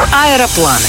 Аэропланы.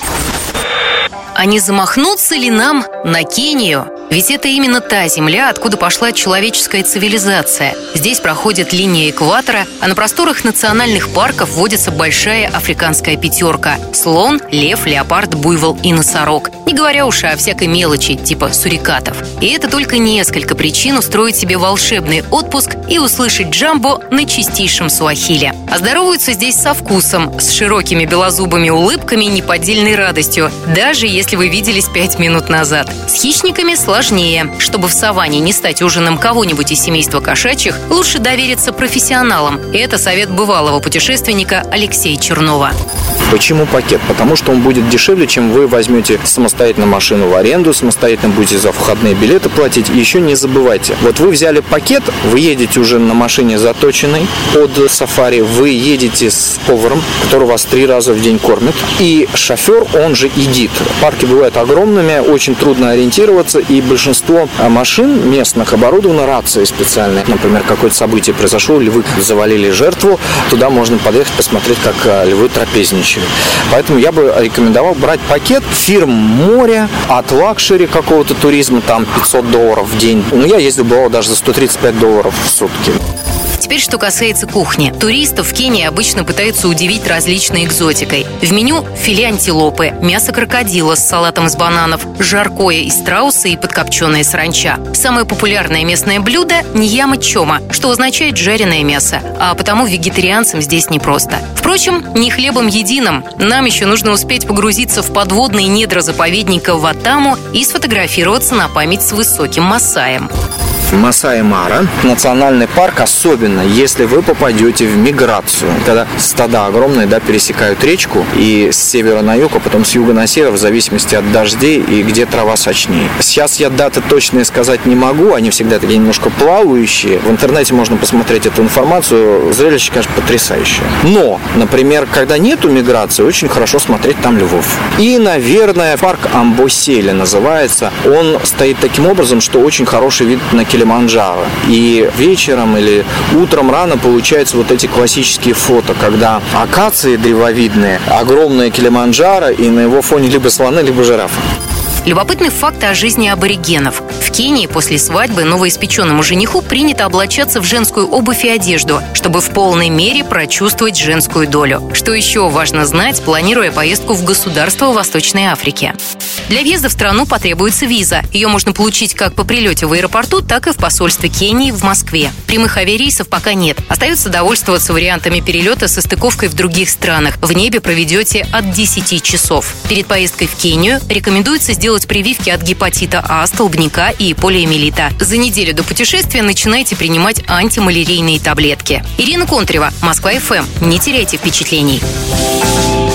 А не замахнуться ли нам на Кению? Ведь это именно та земля, откуда пошла человеческая цивилизация. Здесь проходит линия экватора, а на просторах национальных парков водится большая африканская пятерка – слон, лев, леопард, буйвол и носорог. Не говоря уж о всякой мелочи, типа сурикатов. И это только несколько причин устроить себе волшебный отпуск и услышать джамбо на чистейшем суахиле. А здороваются здесь со вкусом, с широкими белозубыми улыбками и неподдельной радостью, даже если вы виделись 5 минут назад. С хищниками сложнее. Чтобы в саванне не стать ужином кого-нибудь из семейства кошачьих, лучше довериться профессионалам. И это совет бывалого путешественника Алексея Чернова. Почему пакет? Потому что он будет дешевле, чем вы возьмете самостоятельно машину в аренду, самостоятельно будете за входные билеты платить. И еще не забывайте, вот вы взяли пакет, вы едете уже на машине заточенной под сафари, вы едете с поваром, который вас 3 раза в день кормит, и шофер, он же и гид. Парки бывают огромными, очень трудно ориентироваться, и большинство машин местных оборудовано рацией специальной. Например, какое-то событие произошло, львы завалили жертву, туда можно подъехать, посмотреть, как львы трапезничают. Поэтому я бы рекомендовал брать пакет фирм моря, от лакшери какого-то туризма, там $500 в день. Я ездил, бывало, даже за $135 в сутки. Теперь, что касается кухни. Туристов в Кении обычно пытаются удивить различной экзотикой. В меню филе антилопы, мясо крокодила с салатом из бананов, жаркое из страуса и подкопченая саранча. Самое популярное местное блюдо – ньяма чома, что означает жареное мясо, а потому вегетарианцам здесь непросто. Впрочем, не хлебом единым. Нам еще нужно успеть погрузиться в подводные недра заповедника Ватаму и сфотографироваться на память с высоким масаем. Масаи-Мара, национальный парк, особенно если вы попадете в миграцию, когда стада огромные, пересекают речку и с севера на юг, а потом с юга на север, в зависимости от дождей и где трава сочнее. Сейчас я даты точные сказать не могу, они всегда такие немножко плавающие. В интернете можно посмотреть эту информацию, зрелище, конечно, потрясающее. Но, например, когда нету миграции, очень хорошо смотреть там львов. И, наверное, парк Амбосели называется. Он стоит таким образом, что очень хороший вид на Килиманджаро. И вечером или утром рано получаются вот эти классические фото, когда акации древовидные, огромные Килиманджаро, и на его фоне либо слоны, либо жирафы. Любопытный факт о жизни аборигенов. В Кении после свадьбы новоиспеченному жениху принято облачаться в женскую обувь и одежду, чтобы в полной мере прочувствовать женскую долю. Что еще важно знать, планируя поездку в государство Восточной Африки. Для въезда в страну потребуется виза. Ее можно получить как по прилете в аэропорту, так и в посольстве Кении в Москве. Прямых авиарейсов пока нет. Остается довольствоваться вариантами перелета со стыковкой в других странах. В небе проведете от 10 часов. Перед поездкой в Кению рекомендуется сделать прививки от гепатита А, столбняка и полиомиелита. За неделю до путешествия начинайте принимать антималярийные таблетки. Ирина Контрева, Москва ФМ. Не теряйте впечатлений.